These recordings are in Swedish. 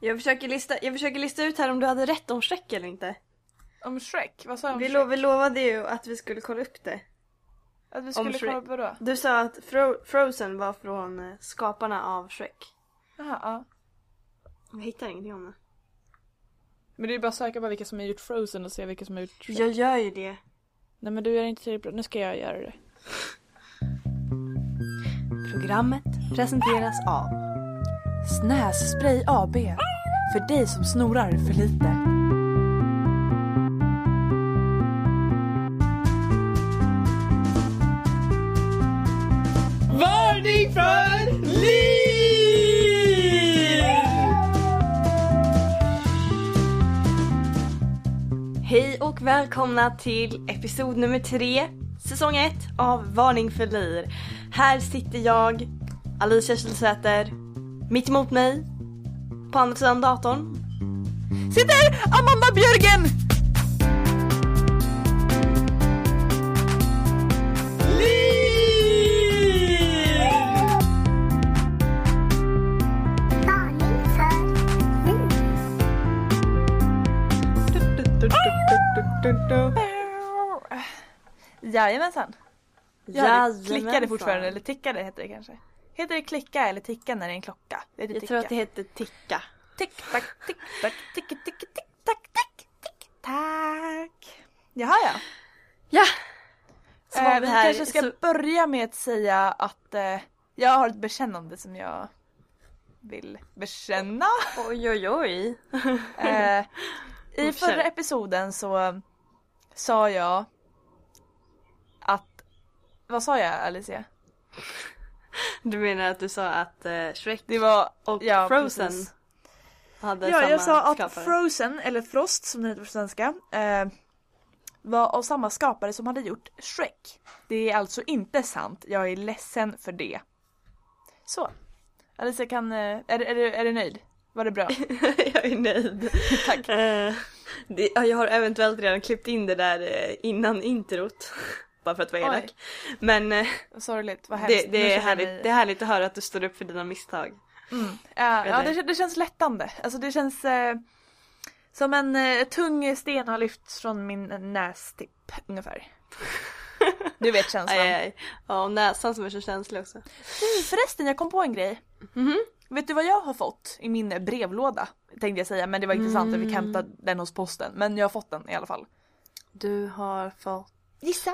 Jag försöker lista ut här om du hade rätt om Shrek eller inte. Om Shrek? Vad sa jag om Vi Shrek? lovade ju att vi skulle kolla upp det. Att vi skulle kolla upp då? Du sa att Frozen var från skaparna av Shrek. Jaha, ja. Jag hittar ingenting om det. Men det är ju bara att söka på vilka som har gjort Frozen och se vilka som har gjort Shrek. Jag gör ju det. Nej, men du gör inte tillräckligt bra. Nu ska jag göra det. Programmet presenteras av Snässpray AB. För dig som snorar för lite. Varning för liv! Hej och välkomna till episod nummer 3, säsong 1 av Varning för lir. Här sitter jag, Alicia Kilsäter, mitt emot mig, på andra sidan datorn Sitter Amanda Björgen! Jajamensan. Jag klickade fortfarande, eller tickade heter det kanske. Heter det klicka eller ticka när det är en klocka? Jag tror att det heter ticka. Tick, tack, tick, tack, tick, tick, tick, tack, tack, tick, tack. Jaha, ja. Ja. Vi kanske ska börja med att säga att jag har ett bekännande som jag vill bekänna. Oj, oj, oj. I förra episoden så sa jag att... Vad sa jag, Alicia? Du menar att du sa att Shrek det var, och ja, Frozen precis. hade ja, samma jag sa att skapare. Frozen, eller Frost som det heter på svenska, var av samma skapare som hade gjort Shrek. Det är alltså inte sant. Jag är ledsen för det. Så. Alicia kan... Är du nöjd? Var det bra? Jag är nöjd. Tack. Jag har eventuellt redan klippt in det där innan introt. Bara för att vara elak. Men sorgligt, vad hemskt. Det är härligt att höra att du står upp för dina misstag. Mm. Ja, det känns lättande. Alltså det känns som en tung sten har lyfts från min nästipp ungefär. Du vet känslan. Aj. Ja, och näsan som är så känslig också. Förresten, jag kom på en grej. Mm-hmm. Vet du vad jag har fått i min brevlåda? Tänkte jag säga, men det var inte sant. Jag fick hämta den hos posten. Men jag har fått den i alla fall. Du har fått... Gissa!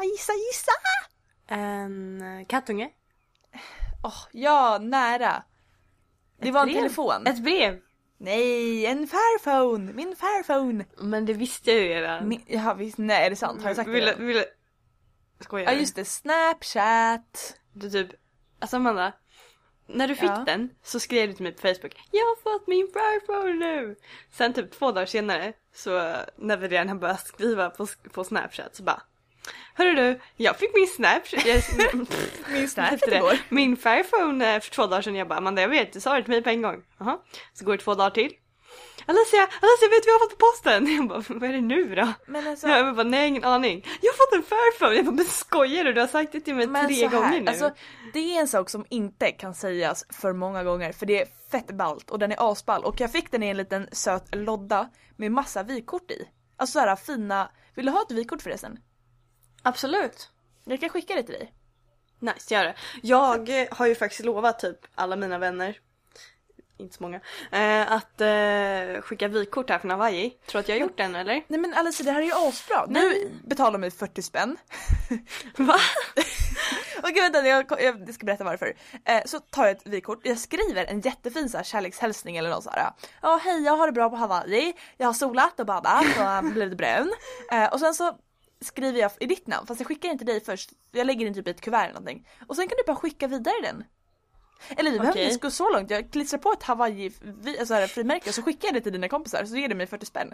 En kattunge? Ja, nära. Det var en telefon. Ett brev? Nej, en Fairphone. Min Fairphone. Men det visste jag ju redan. Ja, visst. Nej, är det sant? Har jag sagt det? Skojar. Ja, just det. Snapchat. Du typ... Alltså Amanda, när du fick den så skrev du till mig på Facebook: jag har fått min Fairphone nu. Sen typ 2 dagar senare, så när vi redan har börjat skriva på Snapchat, så bara: hörru du, jag fick min Snapchat. Min Snapchat igår. Min Fairphone för 2 dagar sedan. Jag bara: Amanda, jag vet, du sa det till mig på en gång. Så går det 2 dagar till. Alicia, vet vi har fått på posten. Jag bara: vad är det nu då? Men alltså... Jag bara: nej, ingen aning. Jag har fått en Fairphone. Jag bara: men skojar du? Du har sagt det till mig 3 gånger nu. Alltså, det är en sak som inte kan sägas för många gånger. För det är fett ballt och den är asball. Och jag fick den i en liten söt lodda med massa vykort i. Alltså så här fina... Vill du ha ett vykort förresten? Absolut. Jag kan skicka det till dig. Nice, gör det. Jag har ju faktiskt lovat typ alla mina vänner, inte så många, att skicka vykort här från Hawaii. Tror att jag har gjort den, eller? Nej men Alice, det här är ju asbra. Nu betalar mig 40 spänn. Va? Okej, vänta, jag ska berätta varför. Så tar jag ett vykort. Jag skriver en jättefin så här kärlekshälsning eller något så här. Ja, hej, jag har det bra på Hawaii. Jag har solat och badat och blivit brun. Och sen så skriver jag i ditt namn, fast jag skickar inte dig först. Jag lägger in typ ett kuvert eller någonting. Och sen kan du bara skicka vidare den. Eller vi behöver inte gå så långt. Jag klistrar på ett Hawaii frimärke och så skickar jag det till dina kompisar. Så ger du mig 40 spänn.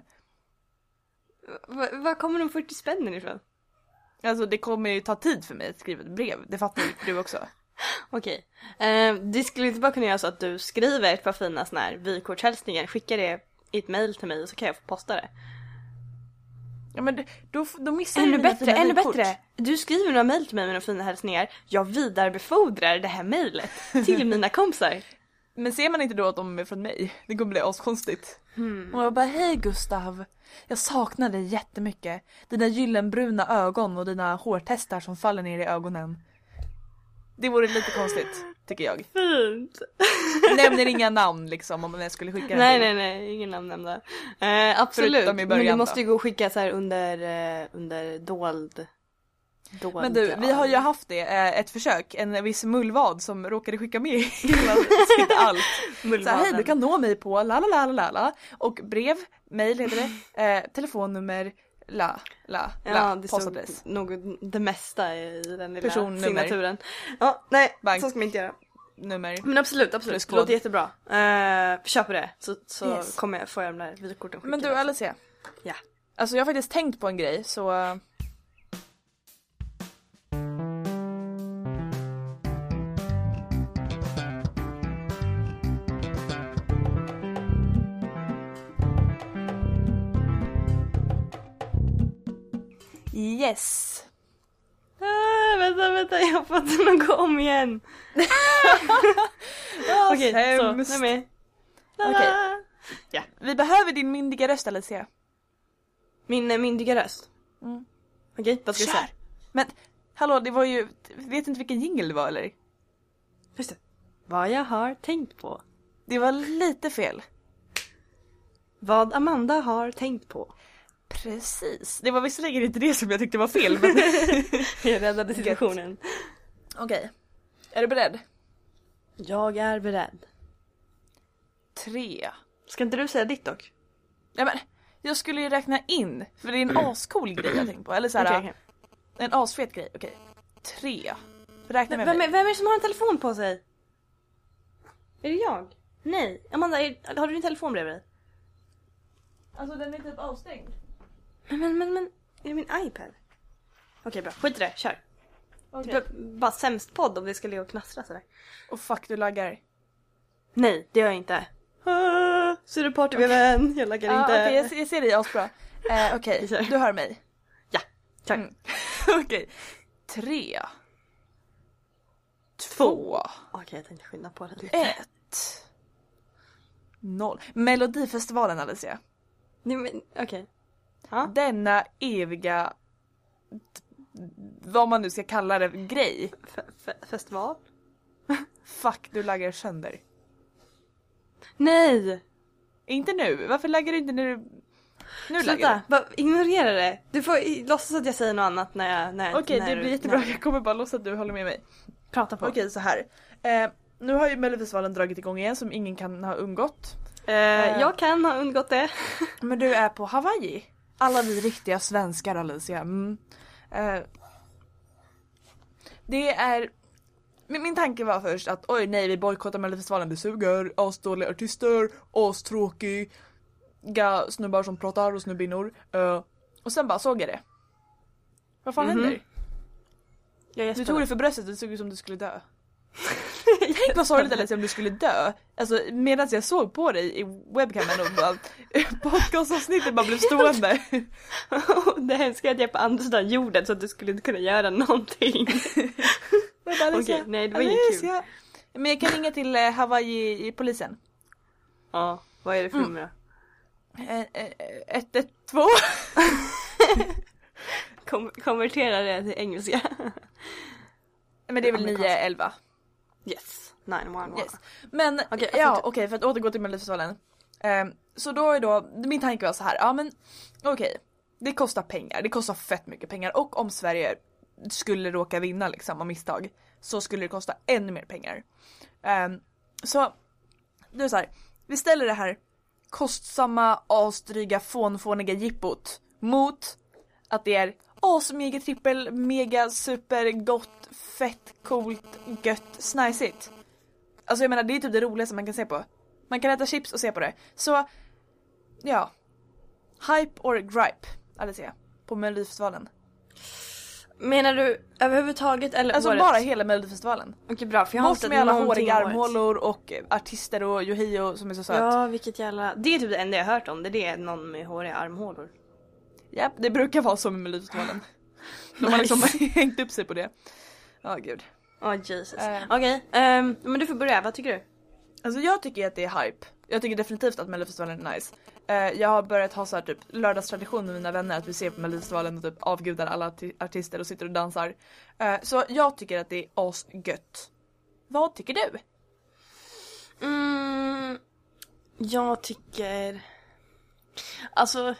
Var kommer de 40 spännen ifrån? Alltså det kommer ju ta tid för mig att skriva ett brev. Det fattar du också. Okej. Det skulle inte bara kunna göra så att du skriver ett par fina såna här vykortshälsningar. Skickar det i ett mejl till mig och så kan jag få posta det. Ja, men då missar ännu bättre. Du skriver några mejl till mig med några fina hälsningar. Jag vidarebefordrar det här mejlet till mina kompisar. Men ser man inte då att de är från mig? Det kommer bli askonstigt. Och jag bara, hej Gustav. Jag saknar dig jättemycket. Dina gyllenbruna ögon och dina hårtestar som faller ner i ögonen. Det vore lite konstigt, tycker jag. Fint. Nämner inga namn liksom om jag skulle skicka den. Nej, ingen namn nämnda. Absolut, Förutom i början, men du måste ju gå och skicka så här under dold. Men du, vi har ju haft det, ett försök, en viss mullvad som råkade skicka med hela sitt allt. Så hej, du kan nå mig på la och brev, mejl heter det, telefonnummer, det stod något, det mesta i den lilla signaturen. Ja, nej, så ska man inte göra. Nummer. Men absolut, det låter jättebra. Kör på det, så yes. Får jag de där vykorten skickade. Men du, Alicia. Ja. Alltså jag har faktiskt tänkt på en grej, så... Yes. Vänta, jag har fått den att gå om igen. Okej, så, nu är med. Okej. Ja. Vi behöver din myndiga röst, Alicia. Min myndiga röst? Okej, vad ska vi säga? Men, hallå, det var ju... Vet inte vilken jingle det var, eller? Just det. Vad jag har tänkt på. Det var lite fel. Vad Amanda har tänkt på. Precis. Det var visserligen inte det som jag tyckte var fel, men... jag räddade situationen. Okej. Är du beredd? Jag är beredd. 3. Ska inte du säga ditt dock? Ja, men jag skulle ju räkna in, för det är en ascool grej jag tänkte på. Eller så här, okay. En asfet grej. Okej. 3. Räkna med mig. Vem är det som har en telefon på sig? Är det jag? Nej. Amanda, har du din telefon bredvid dig? Alltså den är typ avstängd. Men är det min iPad? Okej, bra. Skit i det, kör. Okay. Det blir bara sämst podd om det ska ligga och knastra sådär. Och fuck, du laggar. Nej, det gör jag inte. Ser du partyvän? Jag laggar inte. Okej, jag ser dig asbra. Okej, du hör mig. Ja, kör. Okej. 3. 2. Okej, jag tänkte skynda på det lite. 1. 0. Melodifestivalen, Alicia. Okej. Denna eviga, vad man nu ska kalla det, grej. Festival? Fuck, du laggar sönder. Nej! Inte nu. Varför laggar du inte när du... Nu laggar du. Ignorera det. Du får låtsas att jag säger något annat när Okej, det blir jättebra. Jag kommer bara låtsas att du håller med mig. Prata på. Okej, så här. Nu har ju Melodifestivalen dragit igång igen, som ingen kan ha undgått. Jag kan ha undgått det. Men du är på Hawaii. Alla vi riktiga svenskar, Alicia. Det är... Min tanke var först att oj nej, vi bojkottar Melodifestivalen, det suger, asdåliga artister, astråkiga snubbar som pratar och snubbinnor. Och sen bara såg jag det. Vad fan händer? Du tog det för bröstet, det såg ut som du skulle dö. Tänk vad sorgligt det om du skulle dö. Alltså medan jag såg på dig i webcamen och bara podcastavsnittet bara blev stående. Det hemska är att jag är på andra sidan jorden så att du skulle inte kunna göra någonting. Okej, nej det var inget kul. Men jag kan ringa till Hawaii i polisen. Ja, vad är det för nummer då? 112. Konvertera det till engelska. Men det är väl 911. Yes, 911. Yes. Men okej, för att återgå till Melodifestivalen. Så då min tanke var så här, ja men okej. Det kostar pengar, det kostar fett mycket pengar, och om Sverige skulle råka vinna liksom av misstag så skulle det kosta ännu mer pengar. Så det är så här, vi ställer det här kostsamma, asdryga, fåniga jippot mot att det är mega trippel, mega super gott, fett, coolt, gött, snajsigt. Alltså jag menar, det är typ det roligaste man kan se på. Man kan äta chips och se på det. Så, ja. Hype or gripe, Alicia, på Melodifestivalen. Menar du överhuvudtaget eller alltså året? Bara hela Melodifestivalen. Okej, bra, för jag har inte med alla håriga armhålor och artister och Yohio som är så söt. Ja, vilket jävla... Det är typ det enda jag har hört om, det är någon med håriga armhålor. Ja, det brukar vara så med Melodifestivalen. De har liksom hängt upp sig på det. Gud. Jesus. Okej, men du får börja, vad tycker du? Alltså jag tycker att det är hype. Jag tycker definitivt att Melodifestivalen är nice. Jag har börjat ha så här typ lördagstradition med mina vänner att vi ser på Melodifestivalen och typ avgudar alla artister och sitter och dansar. Så jag tycker att det är asgött. Vad tycker du? Jag tycker... Alltså...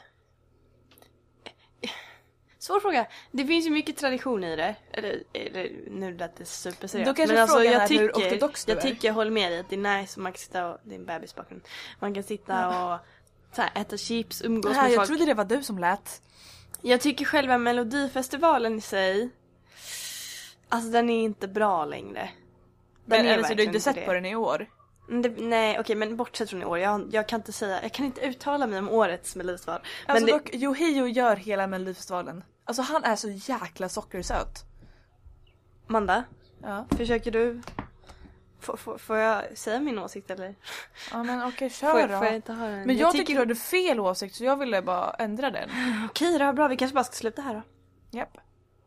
Svår fråga. Det finns ju mycket tradition i det. Eller nu lät det superseriöst. Då kanske men alltså, frågan är hur ortodox du är. Jag tycker jag håller med dig att det är nice. Man kan sitta och... Det är en bebisbakgrund. Man kan sitta och så här, äta chips, umgås med folk. Jag trodde det var du som lät. Jag tycker själva Melodifestivalen i sig... Alltså den är inte bra längre. Men eller så du inte sett på den i år? Nej, okej, men bortsett från i år. Jag kan inte säga... Jag kan inte uttala mig om årets Melodifestival. Alltså men dock, Yohio gör hela Melodifestivalen. Alltså han är så jäkla sockersöt. Amanda? Ja. Försöker du... Får jag säga min åsikt eller? Ja men okej, kör då. Får jag inte ha den? Men jag tycker du hade fel åsikt så jag ville bara ändra den. Okej då, bra. Vi kanske bara ska sluta här då. Japp.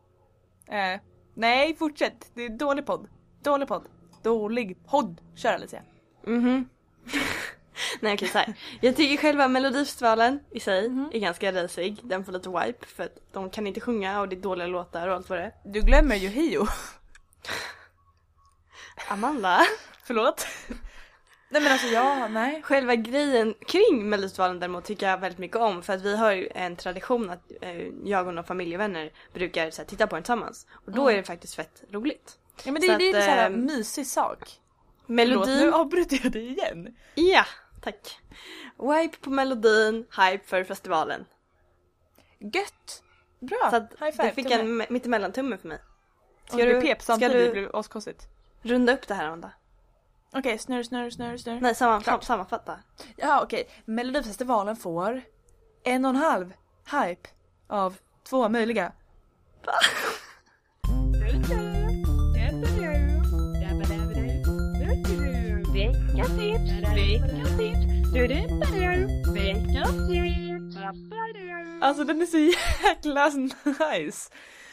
Nej, fortsätt. Det är dålig podd. Dålig podd. Kör Alicia. Nej okej, så här. Jag tycker själva Melodifestivalen i sig är ganska risig. Den får lite wipe för att de kan inte sjunga och det är dåliga låtar och allt vad det är. Du glömmer ju Hio. Amanda. Förlåt. Nej men alltså nej. Själva grejen kring Melodifestivalen däremot tycker jag väldigt mycket om. För att vi har ju en tradition att jag och några familjevänner brukar så här, titta på den tillsammans. Och då är det faktiskt fett roligt. Ja men det är en så här mysig sak. Melodin... Förlåt, nu avbryter jag dig igen. Ja, tack. Wipe på melodin, hype för festivalen. Gött. Bra. Så att high five. det fick en mittemellan-tumme för mig. Ska du pep samtidigt? Det blev askonstigt. Runda upp det här, Amanda? Okej, snurr. Nej, sammanfatta. Ja, okej. Melodifestivalen får 1,5 hype av 2 möjliga. Alltså den är så jäkla nice.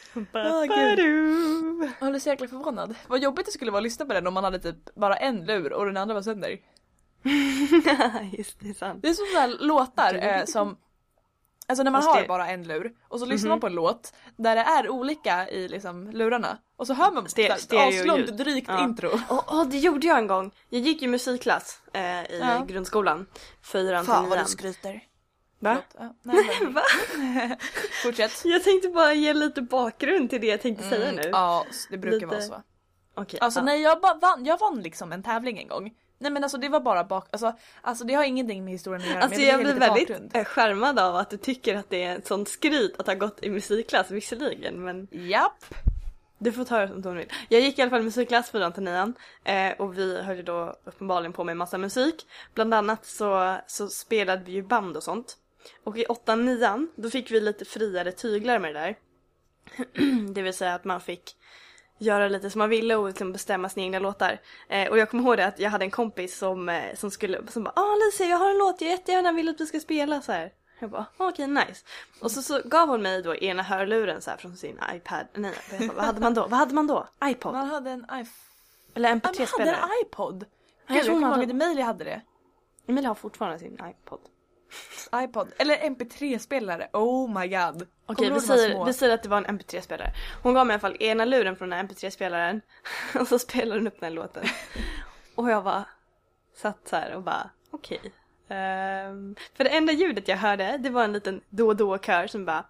Jag håller så jäkla förvånad. Vad jobbigt det skulle vara att lyssna på den om man hade typ bara en lur och den andra var sönder. Just det, är sant. Det är så här låtar som... Alltså när man har bara en lur och så lyssnar man på en låt där det är olika i liksom lurarna. Och så hör man aslångt drygt intro. Det gjorde jag en gång. Jag gick i musikklass i grundskolan. 4-9. Fan vad du skryter. Va? Nej, va? Fortsätt. Jag tänkte bara ge lite bakgrund till det jag tänkte säga nu. Ja, det brukar vara så. Okay, alltså nej, jag vann liksom en tävling en gång. Nej men alltså det var bara alltså det har ingenting med historien att göra. Alltså jag blir väldigt skärmad av att du tycker att det är ett sånt skryt att ha gått i musikklass visserligen, men... Japp. Du får ta det som du vill. Jag gick i alla fall musikklass 4-9 och vi höll ju då uppenbarligen på med massa musik. Bland annat så spelade vi ju band och sånt. Och i 8-9 då fick vi lite friare tyglar med det där. Det vill säga att man fick göra lite som man ville och liksom bestämma sina egna låtar. Och jag kommer ihåg det att jag hade en kompis som bara Alicia, jag har en låt jag jättegärna vill att du ska spela så här. Jag bara, okej, nice. Och så gav hon mig då ena hörluren så här från sin iPad. Nej, vad hade man då? iPod? Man hade en eller MP3-spelare. Man hade en iPod. Jag kommer ihåg att Emilia hade det. Emilia har fortfarande sin iPod. Eller MP3-spelare. Oh my god. Okej, vi säger att det var en MP3-spelare. Hon gav mig i alla fall ena luren från den här MP3-spelaren. Och så spelade hon upp den här låten. Och jag bara satt så här och bara, okej. För det enda ljudet jag hörde, det var en liten då-kör som bara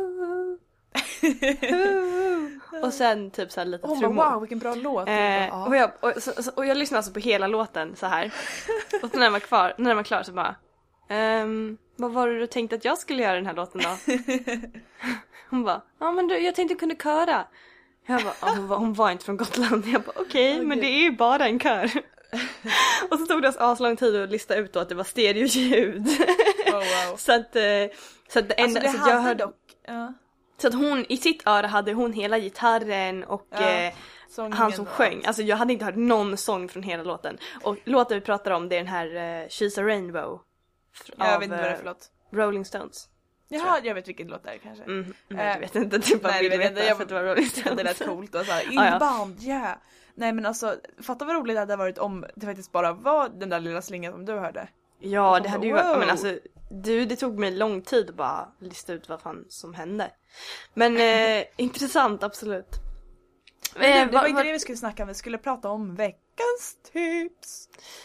och sen typ så här lite trummor. Wow, vilken bra låt. Och jag lyssnade alltså på hela låten så här. Och när den var klar så bara vad var det du tänkte att jag skulle göra den här låten då? Hon bara, men jag tänkte kunna köra. Jag bara, hon var inte från Gotland. Jag bara, okej, men det är ju bara en kör. Och så tog det oss aslång tid att lista ut då att det var stereoljud. Wow. så att det enda alltså så jag hörde dock. Så att hon i sitt öra hade hon hela gitarren och han som sjöng. Alltså jag hade inte hört någon sång från hela låten. Och låten vi pratar om det är den här She's a Rainbow. Jag vet inte vad det är för låt. Rolling Stones. Jaha, jag vet vilken låt det är kanske. Nej, jag vet inte. Typ nej, jag vet inte. Jag vet att det var Rolling Stones. Det lät coolt och så här, inband, Nej men alltså, fatta vad roligt det hade varit om det faktiskt bara var den där lilla slingan som du hörde. Ja, det hade ju varit, men alltså det tog mig lång tid att bara lista ut vad fan som hände. Men intressant, absolut. Men det var inte det vi skulle snacka om, vi skulle prata om veckans tips.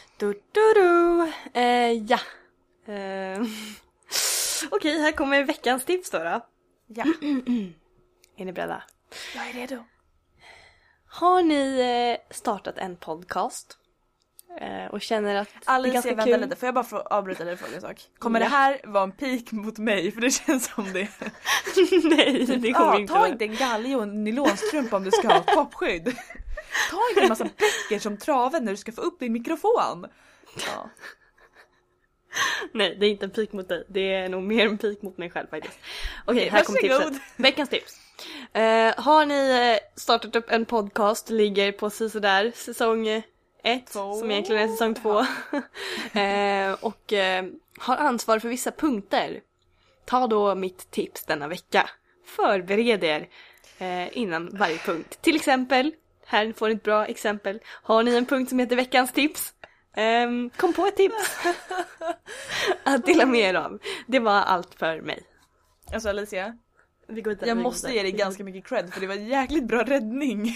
Ja. Okej, här kommer veckans tips då. Ja. Är ni beredda? Jag är redo. Har ni startat en podcast och känner att det är ganska kul? Lite. Får jag bara avbryta dig för en sak? Kommer det här vara en pik mot mig? För det känns som det. Nej, det kommer inte. Ta inte en galge och en nylonstrumpa om du ska ha ett poppskydd. Ta inte en massa böcker som traven när du ska få upp din mikrofon. Ja. Nej, det är inte en pik mot dig. Det är nog mer en pik mot mig själv faktiskt. Okej, här kommer tipset. Veckans tips. Har ni startat upp en podcast, ligger på sådär säsong 1, som egentligen är säsong 2. Och har ansvar för vissa punkter. Ta då mitt tips denna vecka. Förbered er innan varje punkt. Till exempel, här får ni ett bra exempel. Har ni en punkt som heter veckans tips? Kom på ett tips att dela med er av. Det var allt för mig. Alltså Alicia, jag måste ge dig ganska mycket cred för det var en jäkligt bra räddning.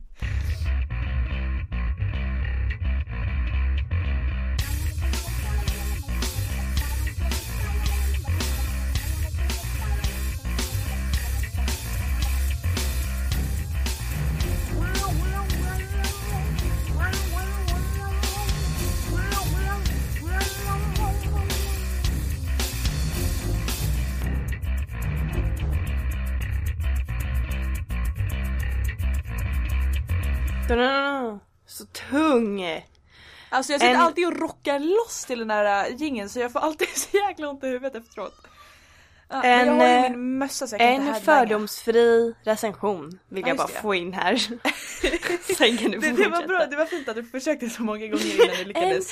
Så tung. Alltså jag sitter alltid och rockar loss till den här jingeln så jag får alltid så jäkla ont i huvudet efteråt. Ja, men jag har ju min mössa så jag kan inte fördomsfri recension vill jag bara få in här. Sen kan du det var bra, det var fint att du försökte så många gånger innan du lyckades.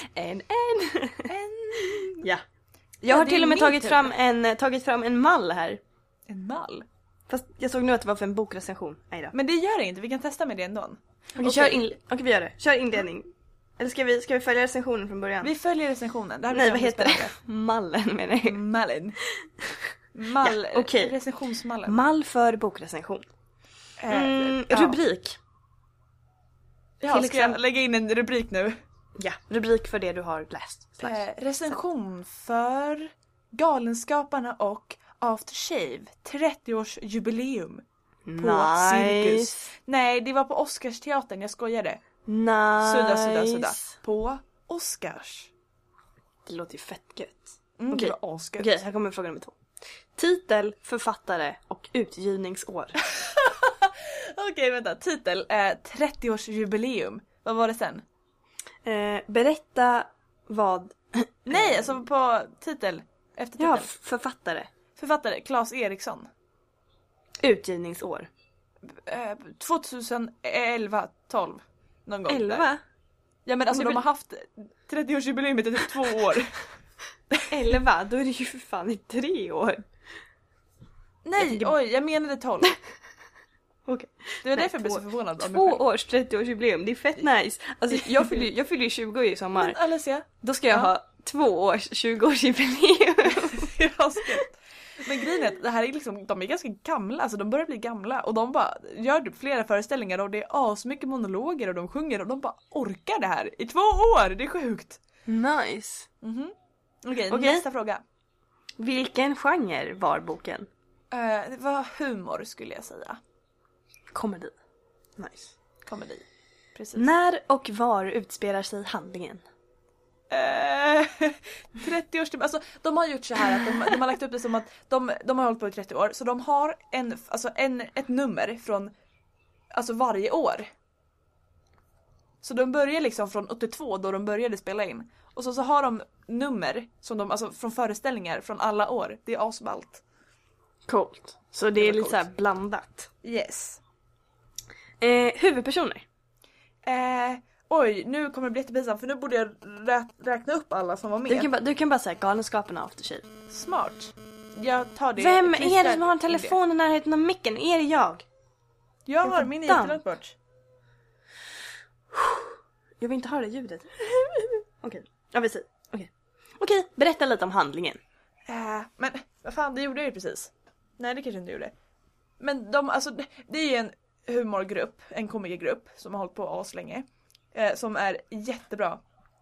Ja. Jag har till och med tagit fram en mall här. En mall? Fast jag såg nu att det var för en bokrecension. Men det gör det inte, vi kan testa med det ändå. Okej, vi gör det. Kör inledning. Eller ska vi följa recensionen från början? Vi följer recensionen. Nej, vad heter det? Mallen menar jag. Mallen. Recensionsmallen. Mall för bokrecension. Rubrik. Ja, ska jag lägga in en rubrik nu? Ja, rubrik för det du har läst. Recension för Galenskaparna och Aftershave 30-årsjubileum på Cirkus. Nej, det var på Oscarsteatern, jag skojade. Nice. Sudda. På Oscars. Det låter ju fett gött. Okej, här kommer fråga nummer 2. Titel, författare och utgivningsår. Okej, vänta. Titel är 30-årsjubileum. Vad var det sen? Berätta vad... Nej, alltså på titel. Efter titel. Ja, författare. Författare, Claes Eriksson. Utgivningsår. 2011, 12. Någon gång 11? Där. Ja men alltså de har haft 30-årsjubileumet i 2 år. 11? Då är det ju för fan i 3 år. Nej, jag menade 12. Okay. Det var därför jag blev så förvånad. 2 års 30-årsjubileum, det är fett nice. Alltså jag fyller ju 20 i sommar. Men Alicia, då ska jag ha 2 års 20-årsjubileum. Men grejen är att det här är liksom, de är ganska gamla, alltså de börjar bli gamla och de bara gör typ flera föreställningar och det är asmycket monologer och de sjunger och de bara orkar det här i 2 år, det är sjukt. Nice. Okej, nästa fråga. Vilken genre var boken? Det var humor skulle jag säga. Komedi. Nice. Komedi, precis. När och var utspelar sig handlingen? 30 års typ. Alltså de har gjort så här att de har lagt upp det som att de har hållit på i 30 år så de har ett nummer från alltså varje år. Så de börjar liksom från 82 då de började spela in och så har de nummer som de alltså från föreställningar från alla år. Det är asballt. Coolt. Så det är lite så här blandat. Yes. Huvudpersoner. Oj, nu kommer det bli jättepinsamt för nu borde jag räkna upp alla som var med. Du kan bara säga Galenskaparna Aftershave. Smart. Jag tar det. Vem är det som har telefonen i närheten av micken? Är det jag? Jag har min jättelångt bort. Jag vill inte höra ljudet. Okej, ja vi säger. Okej, berätta lite om handlingen. Men vad fan, det gjorde jag ju precis. Nej, det kanske inte gjorde. Men alltså, det är ju en humorgrupp, en komikergrupp som har hållit på aslänge. Som är jättebra.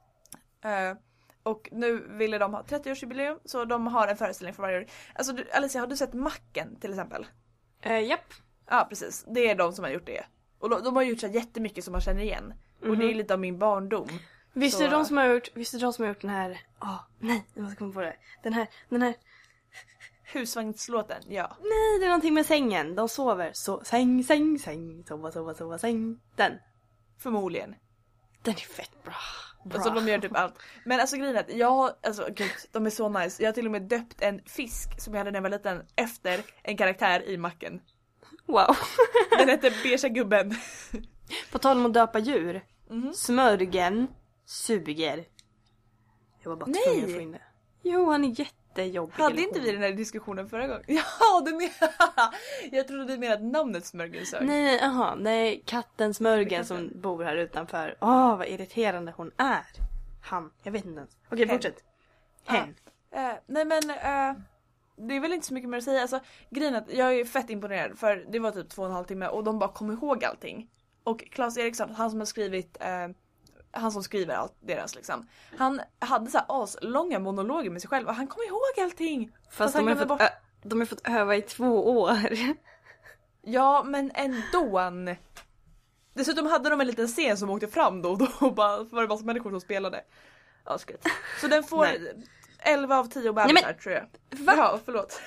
Och nu ville de ha 30-årsjubileum, så de har en föreställning för varje år. Alltså Alicia, har du sett Macken till exempel? Japp. Ja, precis. Det är de som har gjort det. Och de har gjort så jättemycket som man känner igen. Och det är lite av min barndom. Visst är det de som har gjort den här... nej, jag måste komma på det. Den här... Husvagnslåten, ja. Nej, det är någonting med sängen. De sover. Så, säng, sova, säng. Den. Förmodligen. Den är fett bra. Alltså de gör typ allt. Men alltså grejen är att gud, de är så nice. Jag har till och med döpt en fisk som jag hade när jag var liten efter en karaktär i Macken. Wow. Den heter Beige gubben. På tal om att döpa djur. Smörgen suger. Jag var bara tvungen att få in det. Jo, han är jättejobbig. Hade inte vi den här diskussionen förra gången? Ja, jag trodde du menade namnet Smörgen sög. Nej, katten Smörgen som bor här utanför. Vad irriterande hon är. Jag vet inte ens. Okej, fortsätt. Hen. Nej men, det är väl inte så mycket mer att säga. Alltså, grejen är att jag är fett imponerad. För det var typ 2,5 timmar och de bara kom ihåg allting. Och Claes Eriksson, han som har skrivit... han som skriver allt deras liksom. Han hade så här aslånga monologer med sig själv och han kom ihåg allting. Fast de har fått öva i 2 år. Ja, men ändå. Dessutom hade de en liten scen som åkte fram då och då bara var det bara människor som spelade. Ja, skit. Så den får 11 av 10 bebisar, tror jag. Va? Ja, förlåt.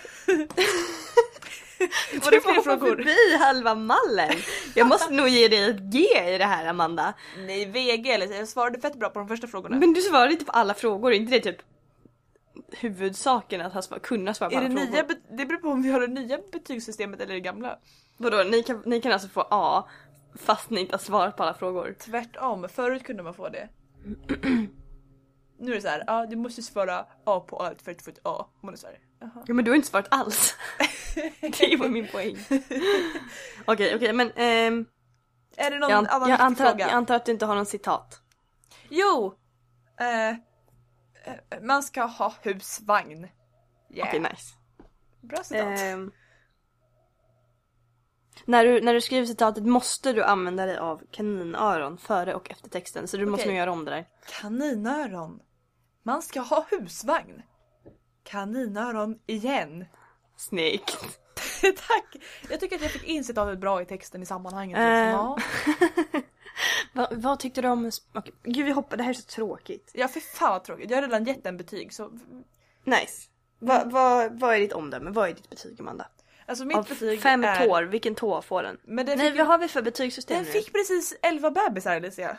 Var det fler frågor? Förbi halva mallen. Jag måste nog ge dig ett G i det här, Amanda. Nej, VG eller jag svarade fett bra på de första frågorna. Men du svarade inte på alla frågor, inte det typ huvudsaken att kunna svara på alla frågor? Det beror på om vi har det nya betygssystemet eller det gamla. Vadå, ni kan alltså få A fast ni inte har svarat på alla frågor? Tvärtom, förut kunde man få det. Nu är det så här, du måste svara A på allt för att få ett A. Man är så här, ja, men du har inte svarat alls. Det var min poäng. Okej, men... är det någon annan fråga? Jag antar att du inte har någon citat. Jo! Man ska ha husvagn. Yeah. Okej, nice. Bra citat. När du skriver citatet måste du använda dig av kaninöron före och efter texten. Så du måste nog göra om det där. Kaninöron. Man ska ha husvagn. Kaninöron igen. Snyggt. Tack. Jag tycker att jag fick in citatet bra i texten i sammanhanget. Vad tyckte du om... Okay. Gud, vi hoppar. Det här är så tråkigt. Ja, för fan vad tråkigt. Jag har redan gett en betyg, så... Nice. Vad är ditt omdöme? Vad är ditt betyg, Amanda? Alltså mitt betyg 5 tår, vilken tå får den? Men nej, vad har vi för betygssystem nu? Den fick precis 11 bebisar, Alicia.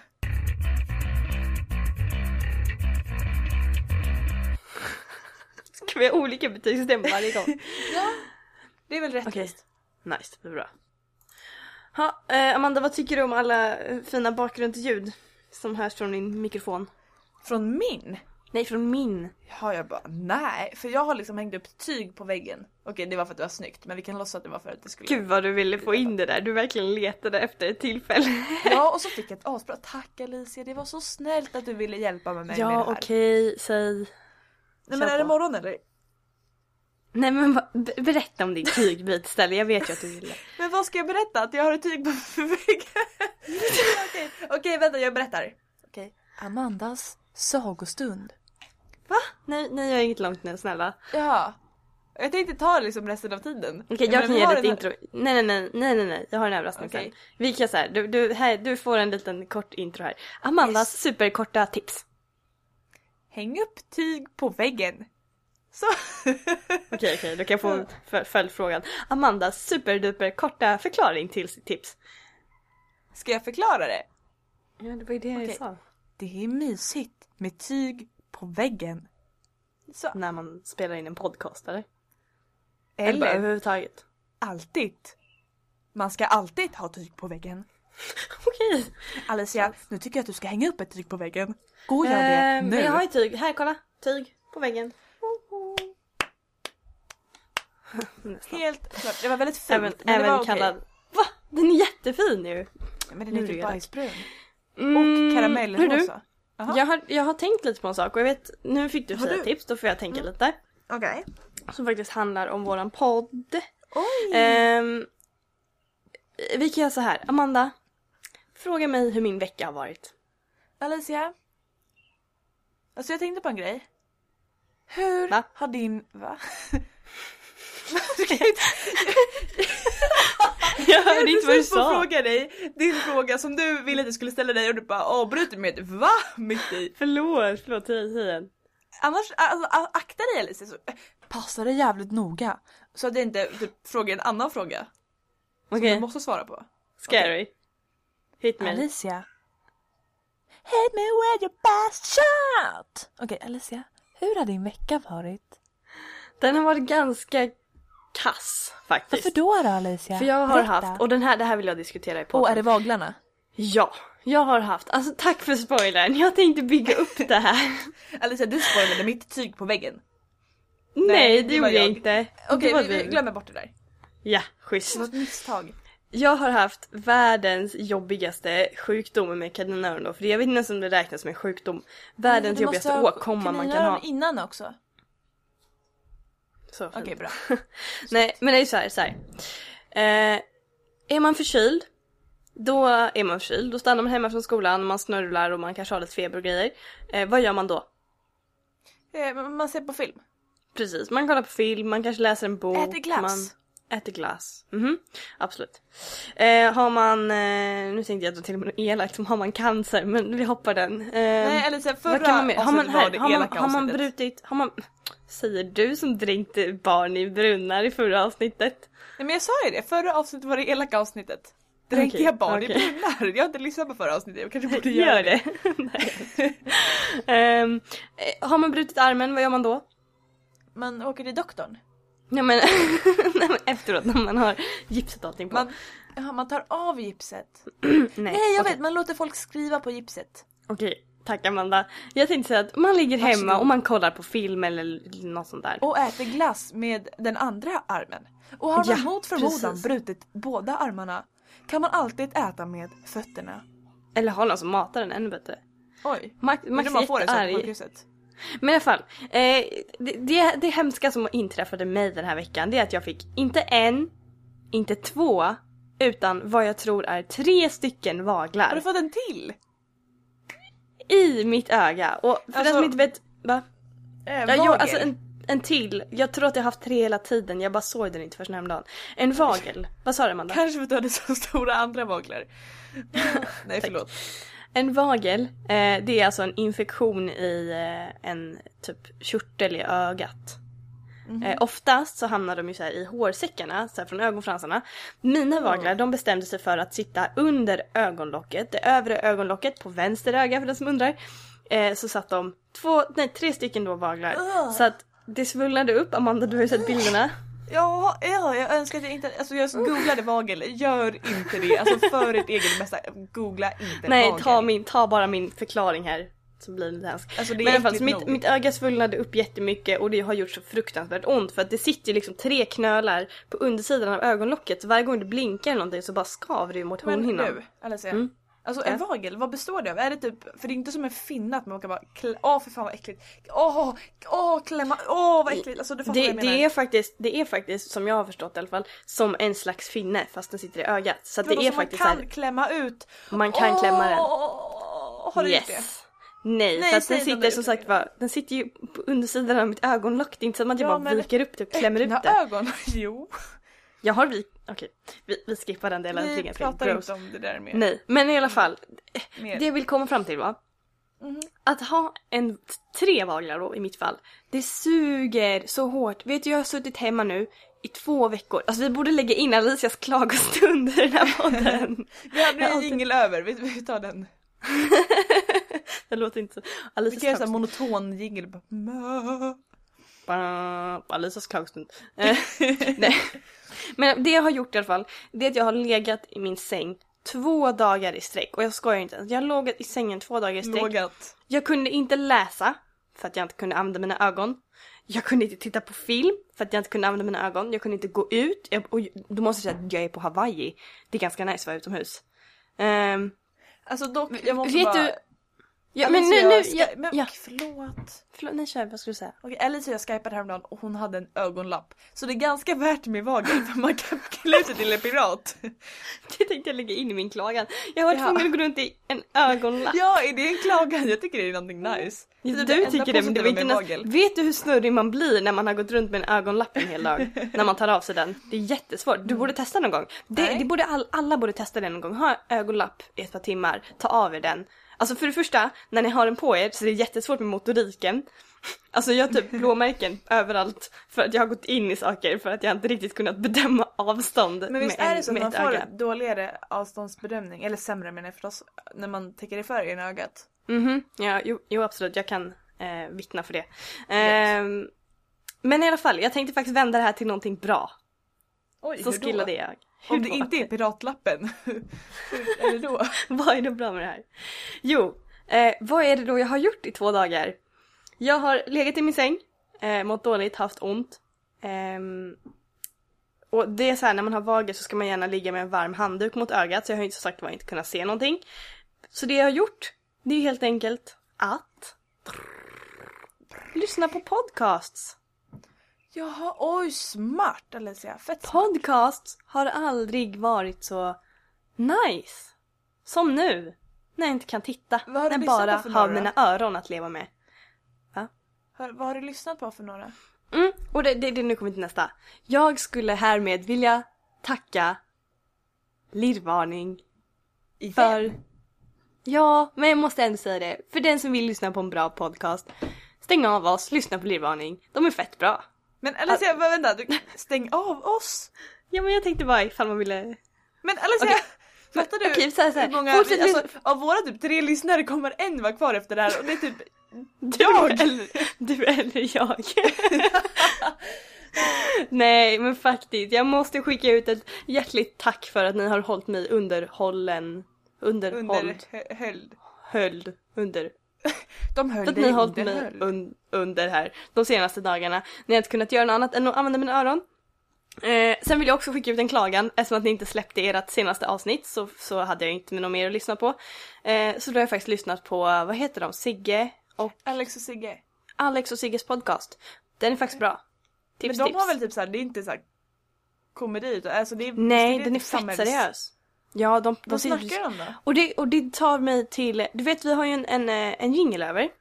Ska vi ha olika betygssystem varje gång? Ja, det är väl rätt. Okej, nice, det är bra. Amanda, vad tycker du om alla fina bakgrundsljud som hörs från din mikrofon? Från min? Nej, från min. Ja, jag bara, nej. För jag har liksom hängt upp tyg på väggen. Okej, det var för att det var snyggt. Men vi kan låtsas att det var för att det skulle... Gud vad du ville få in det där. Du verkligen letade efter ett tillfälle. Ja, och så fick jag ett asbra. Tack Alicia, det var så snällt att du ville hjälpa mig med det här. Ja, okej, säg. Nej, men är det morgon eller? Nej, men berätta om din tygbit istället. Jag vet ju att du ville. Men vad ska jag berätta? Att jag har ett tyg på väggen? Okej, vänta, jag berättar. Okej. Amandas sagostund. Va? Nej, jag är inget långt nu, snälla. Ja. Jag tänkte ta liksom resten av tiden. Okej, jag kan ge dig ett intro. Nej. Jag har en överraskning sen. Vi kan så här, du får en liten kort intro här. Amandas superkorta tips. Häng upp tyg på väggen. Så. Okej, då kan jag få följdfrågan. Amandas superduper korta förklaring till sitt tips. Ska jag förklara det? Ja, det var ju det jag sa. Det är mysigt med tyg på väggen. Så. När man spelar in en podcast, eller? Eller överhuvudtaget. Alltid. Man ska alltid ha tyg på väggen. Okej. Alicia, nu tycker jag att du ska hänga upp ett tyg på väggen. Gå och gör det nu. Men jag har ju tyg. Här, kolla. Tyg på väggen. Helt klart. Det var väldigt fint. Även det var kallad... Va? Den är jättefin nu. Men den är typ bajsbrun. Och karamellrosa. Jag har tänkt lite på en sak och jag vet, nu fick du säga tips, då får jag tänka lite. Okej. Som faktiskt handlar om våran podd. Oj! Vi kan göra så här. Amanda, fråga mig hur min vecka har varit. Alicia. Alltså jag tänkte på en grej. Hur har din... Va? Jag hörde inte vad du sa. Fråga dig din fråga som du ville att jag skulle ställa dig och du bara avbryter med va? Mitt i. Förlåt, tiden. Annars, alltså, akta dig Alicia. Så, passa dig jävligt noga. Så att jag inte typ, frågar en annan fråga. Som du måste svara på. Scary. Hit me. Alicia. Hit me with your best shot. Okej, Alicia. Hur har din vecka varit? Den har varit ganska kass faktiskt. Varför då Alicia? För jag har haft, och det här vill jag diskutera i podden. Är det vaglarna? Ja, jag har haft, alltså tack för spoilern. Jag tänkte bygga upp det här. Alicia, du spoilade mitt tyg på väggen. Nej, det gjorde jag inte. Okej, vi glömmer bort det där. Ja, schysst. Det var ett misstag. Jag har haft världens jobbigaste sjukdom med kaninöron. För jag vet inte om det räknas som en sjukdom. Världens jobbigaste åkomma man kan ha. Innan också. Okej, bra. Nej, men det är så här. Är man förkyld, då är man förkyld. Då stannar man hemma från skolan, man snörvlar och man kanske har lite feber och grejer. Vad gör man då? Man ser på film. Precis, man kollar på film, man kanske läser en bok. Äter glass. Man äter glass. Absolut. Har man, nu tänkte jag då till och med elakt som har man cancer, men vi hoppar den. Nej, eller så förra har man säger du som dränkte barn i brunnar i förra avsnittet? Nej, men jag sa ju det, förra avsnittet var det elaka avsnittet. Dränkte jag barn i brunnar? Jag har inte lyssnat på förra avsnittet, jag kanske borde göra det. Har man brutit armen, vad gör man då? Man åker till doktorn. Ja, men efteråt när man har gipset allting på. Man tar av gipset. Nej, jag vet, man låter folk skriva på gipset. Okej, tack Amanda. Jag tänkte säga att man ligger hemma och man kollar på film eller något sånt där. Och äter glass med den andra armen. Och har man mot förmodan brutit båda armarna kan man alltid äta med fötterna. Eller ha någon som matar den ännu bättre. Oj, Max man får det så på sjukhuset. Men i alla fall, det hemska som inträffade mig den här veckan, det är att jag fick inte en, inte två, utan vad jag tror är 3 stycken vaglar. Har du fått en till? I mitt öga. Och för den som inte vet, va? Alltså en till. Jag tror att jag har haft 3 hela tiden. Jag bara såg den inte förrän häromdagen. En vagel. Vad sa du, Amanda? Kanske för att du hade så stora andra vaglar. Nej, förlåt. En vagel, det är alltså en infektion i en typ körtel i ögat. Oftast så hamnar de ju så här i hårsäckarna, så här från ögonfransarna. Mina vaglar, de bestämde sig för att sitta under ögonlocket, det övre ögonlocket på vänster öga för den som undrar. Så satt de 3 stycken då vaglar. Så att det svullnade upp. Amanda, du har ju sett bilderna. Ja, jag önskar att jag inte... Alltså jag googlade vagel. Gör inte det. Alltså för ett eget bästa. Googla inte vagel. Nej, ta bara min förklaring här. Så blir det hemskt. Alltså det är men i alla fall, mitt öga svullnade upp jättemycket. Och det har gjort så fruktansvärt ont. För att det sitter ju liksom 3 knölar på undersidan av ögonlocket. Så varje gång du blinkar eller någonting så bara skaver det mot hornhinnan. Men du, Alicia. Alltså en vagel, vad består det av? Är det typ, för det är inte som en finna att man kan bara för fan vad äckligt. Klämma, vad äckligt. Alltså, det är faktiskt som jag har förstått i alla fall som en slags finne fast den sitter i ögat. Så det är faktiskt man kan klämma ut. Man kan klämma den. Har du gjort det? Nej, för att den sitter som sagt den sitter ju på undersidan av mitt ögonlock. Det är inte så att man bara viker upp det och klämmer ut det. Ögon, jo. Jag har vi skippar den delen. Vi pratar inte om det där mer. Nej, men i alla fall det jag vill komma fram till var att ha 3 vaglar då i mitt fall. Det suger så hårt. Vet du, jag har suttit hemma nu i 2 veckor. Alltså vi borde lägga in Alicias klagostund i den här podden. Vi hade en jingel över. Vi tar den. Det låter inte så. Vi kan göra en monoton jingel. Alicias klagostund. Nej. Men det jag har gjort i alla fall, det är att jag har legat i min säng 2 dagar i sträck. Och jag skojar inte. Jag har legat i sängen 2 dagar i sträck. Jag kunde inte läsa för att jag inte kunde använda mina ögon. Jag kunde inte titta på film för att jag inte kunde använda mina ögon. Jag kunde inte gå ut. Och då måste jag säga att jag är på Hawaii. Det är ganska nice att vara utomhus. Alltså dock, jag måste vet bara... du... Ja, men nu... Förlåt. Nej, kör, vad ska du säga? Okej, Alice och jag skypade häromdagen och hon hade en ögonlapp. Så det är ganska värt med vagel för man kan klä ut sig till en pirat. Det tänkte jag lägga in i min klagan. Jag har varit tvungen att gå runt i en ögonlapp. Ja, är det en klagan? Jag tycker det är någonting nice. Du tycker det, men det var inte vagel. Vet du hur snurrig man blir när man har gått runt med en ögonlapp en hel dag? När man tar av sig den. Det är jättesvårt. Du borde testa någon gång. Det borde alla borde testa det någon gång. Ha ögonlapp i ett par timmar. Ta av er den. Alltså för det första, när ni har den på er så är det jättesvårt med motoriken. Alltså jag har typ blåmärken överallt för att jag har gått in i saker för att jag inte riktigt kunnat bedöma avstånd. Men visst är det så att man får dåligare avståndsbedömning, eller sämre menar jag förstås, när man täcker det för i ögat? Ja, jo absolut, jag kan vittna för det. Men i alla fall, jag tänkte faktiskt vända det här till någonting bra. Oj, så skillade jag. Om det inte är piratlappen, hur är det då? Vad är det bra med det här? Jo, vad är det då jag har gjort i 2 dagar? Jag har legat i min säng, mått dåligt, haft ont. Och det är så här, när man har vagel så ska man gärna ligga med en varm handduk mot ögat. Så jag har inte sagt vad jag inte kunnat se någonting. Så det jag har gjort, det är helt enkelt att lyssna på podcasts. Jaha, oj, smart Alicia, fett smart. Podcasts har aldrig varit så nice som nu. När jag inte kan titta. När jag bara har mina öron att leva med. Va? Vad har du lyssnat på för några? Och det nu kommer vi till nästa. Jag skulle härmed vilja tacka Lirvarning. För... Ja, men jag måste ändå säga det. För den som vill lyssna på en bra podcast, stäng av oss, lyssna på Lirvarning. De är fett bra. Men Alicia, vänta, stäng av oss? Ja, men jag tänkte bara ifall man ville... Men Alicia, fattar du? Okej, så här. Hur många, alltså, av våra typ 3 lyssnare kommer en vara kvar efter det här och det är typ du eller jag. Nej, men faktiskt, jag måste skicka ut ett hjärtligt tack för att ni har hållit mig underhållen. Höljd. De höll för att dig ni har hållit mig under här de senaste dagarna. Ni har inte kunnat göra något annat än att använda mina öron. Sen vill jag också skicka ut en klagan. Eftersom att ni inte släppte ert senaste avsnitt så hade jag inte något mer att lyssna på. Så då har jag faktiskt lyssnat på, vad heter de? Sigge och... Alex och Sigges podcast. Den är faktiskt bra. Men de har väl typ såhär, det är inte såhär komedi. Alltså det är, nej, det är den är typ fett seriös. Ja, de snackar om det. Och det tar mig till... Du vet, vi har ju en jingle över.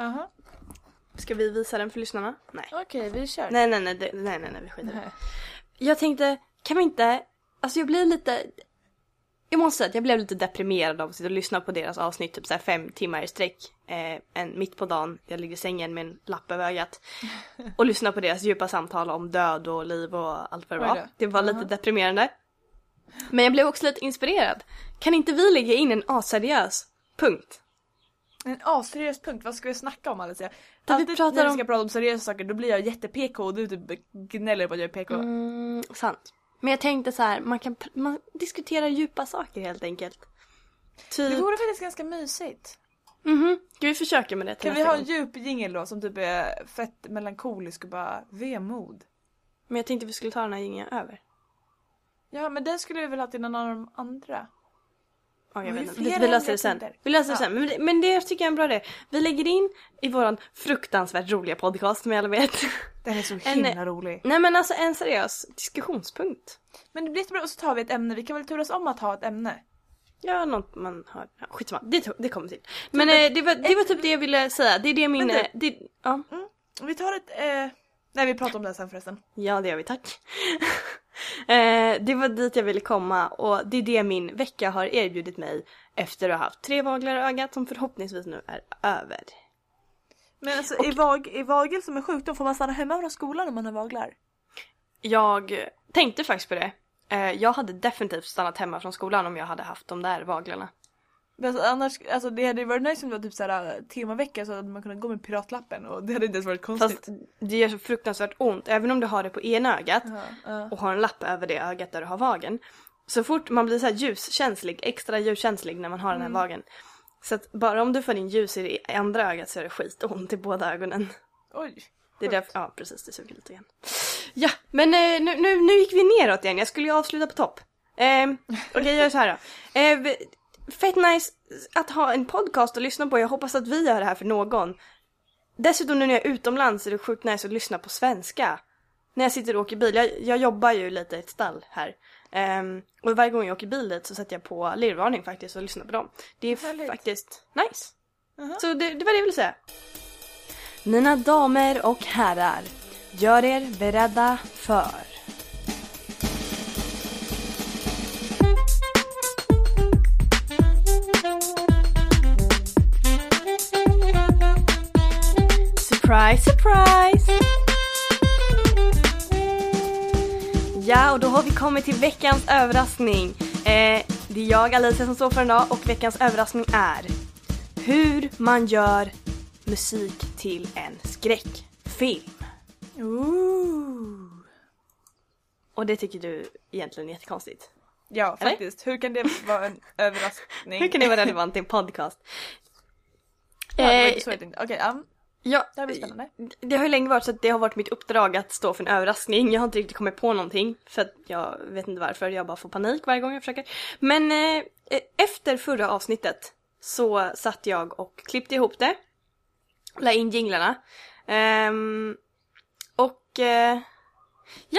Ska vi visa den för lyssnarna? Nej. Okej, vi kör. Nej, vi skiter. Nej. Jag tänkte, kan vi inte... Alltså jag blir lite... Jag måste säga att jag blev lite deprimerad av att sitta och lyssna på deras avsnitt typ såhär 5 timmar i sträck. Mitt på dagen, jag ligger i sängen med en lapp över ögat. Och lyssna på deras djupa samtal om död och liv och allt vad det var. Det var lite deprimerande. Men jag blev också lite inspirerad. Kan inte vi lägga in en aseriös punkt? En aseriös punkt? Vad ska vi snacka om Alicia? Alltid när vi ska prata om seriösa saker då blir jag jätte-PK och du typ gnäller på att jag är PK. Sant. Men jag tänkte så här, man diskuterar djupa saker helt enkelt. Typ... Det vore faktiskt ganska mysigt. Ska vi försöka med det? Kan vi ha en djup jingle då som typ är fett melankolisk och bara vemod? Men jag tänkte vi skulle ta den här jingeln över. Ja, men den skulle vi väl ha till någon av de andra. Ja, jag vet inte. Vi löser det sen. Men det tycker jag är en bra idé. Vi lägger in i våran fruktansvärt roliga podcast som alla vet. Den är så himla rolig. Nej, men alltså en seriös diskussionspunkt. Men det blir bra, och så tar vi ett ämne. Vi kan väl turas om att ha ett ämne. Ja, något man har... Ja, skitsamma, det kommer till. Men det var typ det jag ville säga. Det är det min... Vi tar ett... Nej, vi pratar om det sen förresten. Ja, det gör vi, tack. Det var dit jag ville komma. Och det är det min vecka har erbjudit mig. Efter att ha haft 3 vaglar i ögat som förhoppningsvis nu är över. Men alltså, är vagel som är sjukdom, får man stanna hemma från skolan om man har vaglar? Jag tänkte faktiskt på det. Jag hade definitivt stannat hemma från skolan om jag hade haft de där vaglarna. Men alltså, annars, alltså det hade varit nice om det var typ såhär temavecka så att man kunde gå med piratlappen och det hade inte ens varit konstigt. Fast det gör så fruktansvärt ont, även om du har det på ena ögat och har en lapp över det ögat där du har vagen. Så fort man blir så här ljuskänslig, extra ljuskänslig när man har den här vagen. Så att bara om du får din ljus i det andra ögat så är det skitont i båda ögonen. Oj. Det är därför, ja precis, det suger lite igen. Ja, men nu gick vi neråt igen. Jag skulle ju avsluta på topp. Okej, jag gör så här då. fett nice att ha en podcast att lyssna på. Jag hoppas att vi gör det här för någon. Dessutom nu när jag är utomlands är det sjukt nice att lyssna på svenska. När jag sitter och åker bil. Jag jobbar ju lite i ett stall här. Och varje gång jag åker bil dit så sätter jag på lirvarning faktiskt och lyssnar på dem. Det är faktiskt nice. Så det var det jag ville säga. Mina damer och herrar, gör er beredda för... Surprise, surprise! Ja, och då har vi kommit till veckans överraskning. Det är jag, Alicia, som står för den idag, och veckans överraskning är hur man gör musik till en skräckfilm. Ooh. Och det tycker du egentligen är jättekonstigt. Ja, eller? faktiskt. Hur kan det vara en överraskning? Hur kan det vara relevant i en podcast? Ja, det var inte så jag tänkte. Okej, ja, det här blir spännande. Det har ju länge varit så att det har varit mitt uppdrag att stå för en överraskning. Jag har inte riktigt kommit på någonting, för att jag vet inte varför. Jag bara får panik varje gång jag försöker. Men efter förra avsnittet så satt jag och klippte ihop det. La in jinglarna. Ja,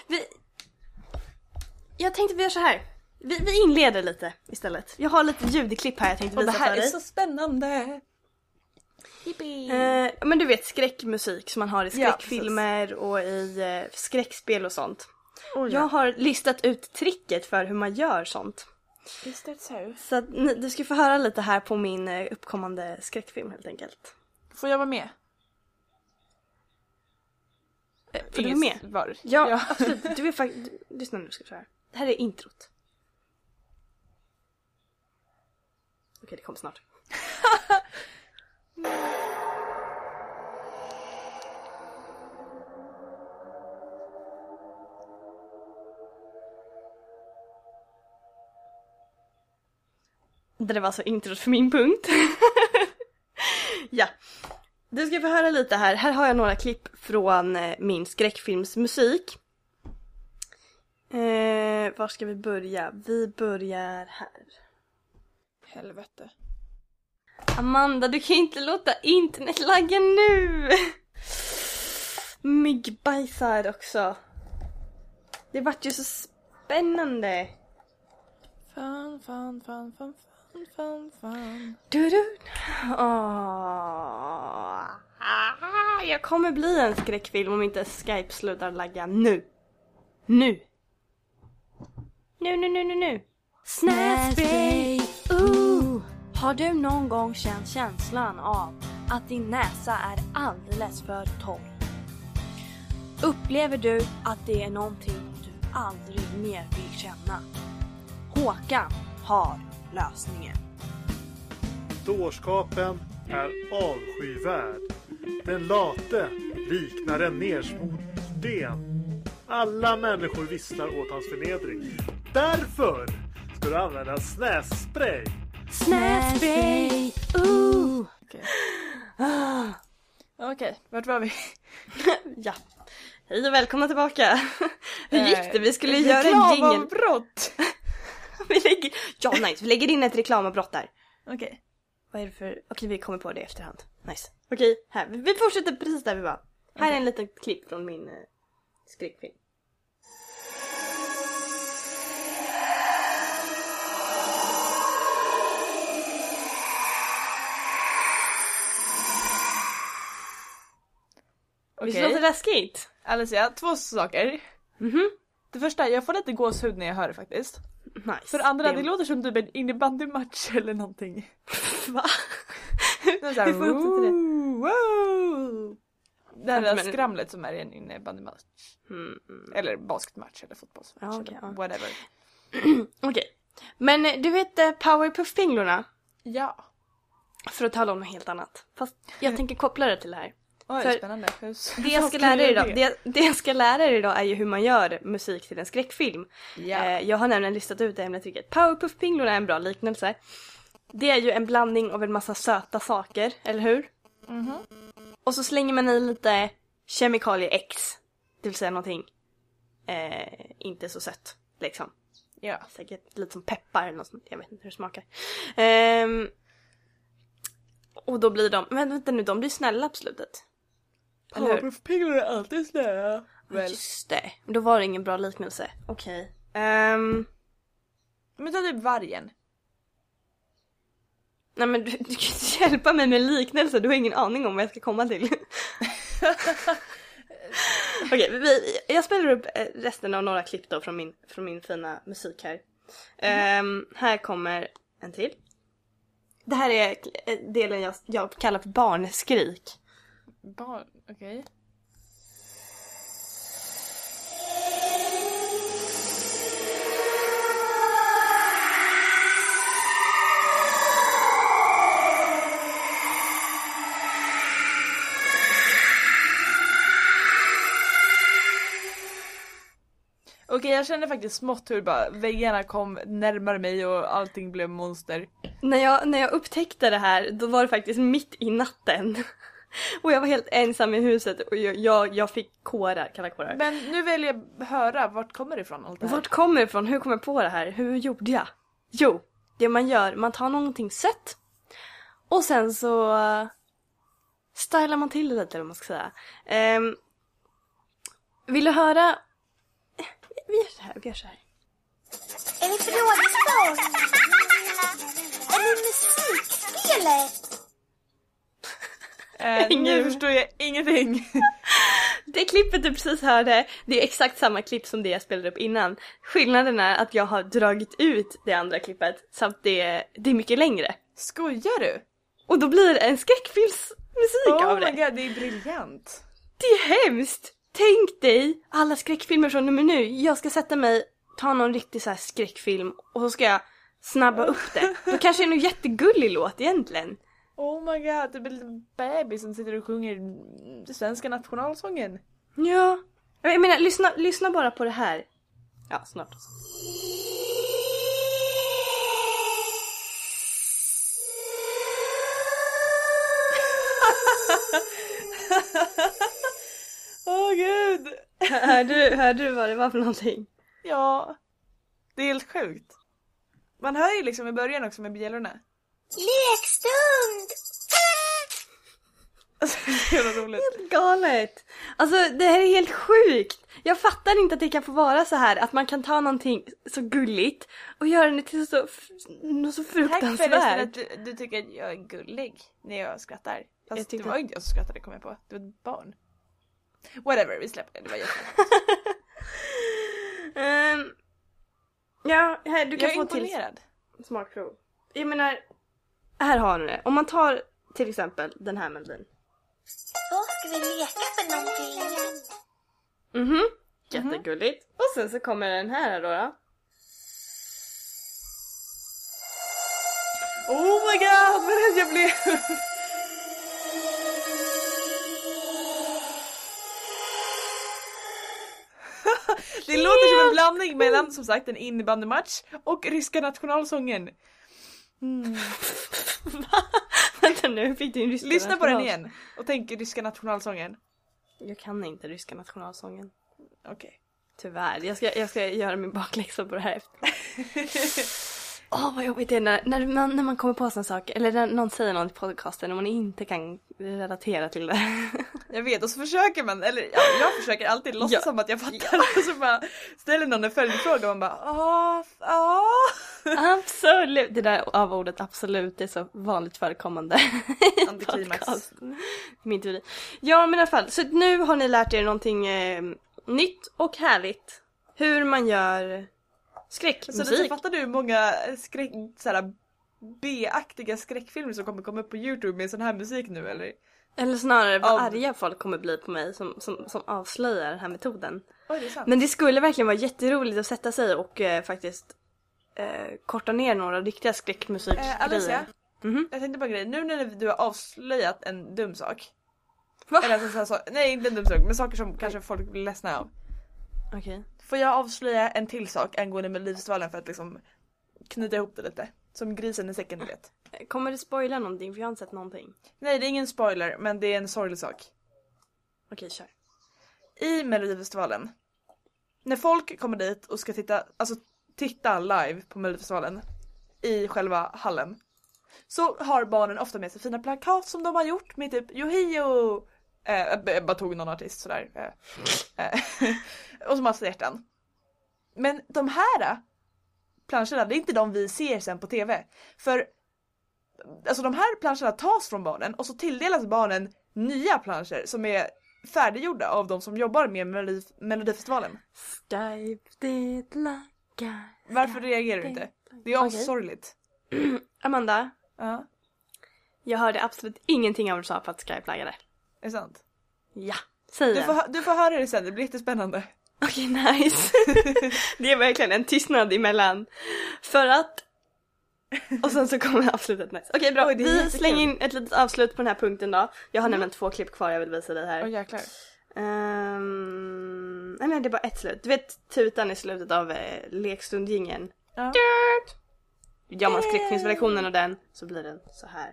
jag tänkte vi gör så här. Vi inleder lite istället. Jag har lite ljudklipp här jag tänkte visa för dig. Och det här är så spännande. Men du vet skräckmusik som man har i skräckfilmer och i skräckspel och sånt. Jag har listat ut tricket för hur man gör sånt. Is that so? Så att du ska få höra lite här på min uppkommande skräckfilm helt enkelt. Får jag vara med? Får du vara med? Var. Ja, absolut. Du är faktiskt... Lyssna nu, ska vi köra. Det här är introt. Okej, det kommer snart. Det var alltså introt för min punkt. Ja. Du ska få höra lite här. Här har jag några klipp från min skräckfilmsmusik. Var ska vi börja? Vi börjar här. Helvete. Amanda, du kan inte låta internet lagga nu. Myggbajsar också. Det vart ju så spännande. Fan. Du. Jag kommer bli en skräckfilm om inte Skype slutar lagga nu. Nu. Snäspray. Har du någon gång känt känslan av att din näsa är alldeles för torr? Upplever du att det är någonting du aldrig mer vill känna? Håkan har lösningen. Dårskapen är avskyvärd. Den late liknar en nersmord sten. Alla människor visslar åt hans förnedring. Därför ska du använda snässpray. Snäspray. Okej, vart var vi? Ja. Hej och välkomna tillbaka. Hur gick det? Vi skulle göra en jingle. Reklamavbrott. Vi lägger in ett reklamavbrott där. Okej. Vad är det för... Okej, vi kommer på det i efterhand. Nice. Okej, här. Vi fortsätter precis där vi var. Här är en liten klipp från min skräckfilm. Visst låter det läskigt? Alicia, 2 saker. Det första, jag får lite gåshud när jag hör det faktiskt. Nice. För det andra, det låter som typ en innebandymatch eller någonting. Va? Det är såhär, Hur får du upp till det? wow. Det här är skramlet som är i en innebandymatch. Eller basketmatch eller fotbollsmatch. Ja, okay, eller whatever. Okej. Men du vet Powerpuff-pinglorna? Ja. För att tala om något helt annat. Fast jag tänker koppla det till det här. Oj, För spännande. Det jag ska lära er idag, det jag ska lära er idag är ju hur man gör musik till en skräckfilm. Ja. Jag har nämligen listat ut det ämnetricket. Powerpuff-pinglorna är en bra liknelse. Det är ju en blandning av en massa söta saker, eller hur? Och så slänger man i lite kemikalier X. Det vill säga någonting inte så sött, liksom. Ja. Säkert lite som peppar eller något sånt. Jag vet inte hur det smakar. Och då blir men vänta nu, de blir snälla på slutet. Eller hur? Pinglar är alltid snälla. Väl. Just det. Då var det ingen bra liknelse. Okej. Men ta typ vargen. Nej men du kan inte hjälpa mig med liknelse. Du har ingen aning om vad jag ska komma till. Okej, jag spelar upp resten av några klipp då från min fina musik här. Här kommer en till. Det här är delen jag kallar för barnskrik. Okej. Okej, jag kände faktiskt smått hur bara väggarna kom närmare mig och allting blev monster. När jag upptäckte det här, då var det faktiskt mitt i natten. Och jag var helt ensam i huset och jag fick kalla kårar. Men nu vill jag höra, vart kommer det ifrån allt det här? Vart kommer det ifrån? Hur kom jag på det här? Hur gjorde jag? Jo, det man gör, man tar någonting sött och sen så stylar man till det lite, eller vad man ska säga. Vill du höra? Vi gör så här. Är det frågesport? Eller musikspelet? Nu förstår jag ingenting. Det klippet du precis hörde, det är exakt samma klipp som det jag spelade upp innan. Skillnaden är att jag har dragit ut det andra klippet samt det är mycket längre. Skojar du? Och då blir det en skräckfilmsmusik av det. Oh my god, det är briljant. Det är hemskt! Tänk dig alla skräckfilmer från nu. Jag ska sätta mig, ta någon riktig så här skräckfilm och så ska jag snabba upp det. Då kanske det är en jättegullig låt egentligen. Oh my god, det blir en bebis som sitter och sjunger den svenska nationalsången. Ja, jag menar lyssna bara på det här. Ja, snart. Åh gud. Hör du vad det var för någonting? Ja, det är helt sjukt. Man hör ju liksom i början också med bjällorna. Lekstund! Alltså, det är så roligt. Helt galet. Alltså det här är helt sjukt. Jag fattar inte att det kan få vara så här. Att man kan ta någonting så gulligt och göra det till något så fruktansvärt. Tack för att du tycker att jag är gullig när jag skrattar. Fast det var inte jag som skrattade, kom jag på. Det var ett barn. Whatever, vi släpper det. Det var jättebra. Ja, här, du kan jag är få imponerad. Till smakprov. Jag menar, här har ni det. Om man tar till exempel den här melodin. Vad ska vi leka för någonting? Jättegulligt. Och sen så kommer den här då. Oh my god, vad rädd jag blev. Det låter som en blandning mellan, som sagt, en innebandymatch och ryska nationalsången. Va? Vänta nu, fick du en ryska Lyssna på den igen och tänk ryska nationalsången. Jag kan inte ryska nationalsången. Okej. Tyvärr, jag ska göra min bakläxa på det här efter. Vad jobbigt det är när man kommer på sån sak. Eller när någon säger något i podcasten och man inte kan relatera till det. Jag vet, och så försöker man, eller jag försöker alltid låtsas som att jag fattar. Och så bara ställer någon en följdfråga och man bara Absolut, det där av ordet absolut, det är så vanligt förekommande. Antiklimax. Min teori. Ja, men i alla fall, så nu har ni lärt er någonting nytt och härligt. Hur man gör skräckmusik. Så fattar du hur många B-aktiga skräckfilmer som kommer komma upp på YouTube med sån här musik nu, eller? Eller snarare vad arga folk kommer bli på mig som avslöjar den här metoden. Oj, det är sant. Men det skulle verkligen vara jätteroligt att sätta sig och faktiskt korta ner några riktiga skräckmusikgrejer. Alicia, jag tänkte på en grej. Nu när du har avslöjat en dum sak. Va? Eller nej, inte en dum sak, men saker som kanske folk blir ledsna av. Okej. Får jag avslöja en till sak angående Melodifestivalen för att liksom knyta ihop det lite? Som grisen i säcken, du vet. Kommer du spoila någonting? För jag har inte sett någonting. Nej, det är ingen spoiler, men det är en sorglig sak. Okej, kör. I Melodifestivalen, när folk kommer dit och ska titta, alltså titta live på Melodifestivalen i själva hallen, så har barnen ofta med sig fina plakat som de har gjort med typ Yohio. Jag bara tog någon artist sådär. Och så massa hjärtan. Men de här planscherna, det är inte de vi ser sen på tv. För alltså de här planscherna tas från barnen och så tilldelas barnen nya planscher som är färdiggjorda av de som jobbar med Melodifestivalen. Varför reagerar du inte? Det är sorgligt. Amanda, Ja, jag hörde absolut ingenting av vad du sa på att Skype-laggade. är det sant? Ja, säg det. Du får höra det sen, det blir jättespännande. Okej, nice. Det är verkligen en tystnad emellan. För att... Och sen så kommer avslutet nice. Okej, bra. Oj, det är vi jättekul. slänger in ett litet avslut på den här punkten då. Jag har nämligen 2 klipp kvar jag vill visa dig här. Jäklar. Nej men det är bara ett slut. Du vet tutan i slutet av lekstundgingen. Ja. Gör man skräckfilmsversionen av den så blir den så här.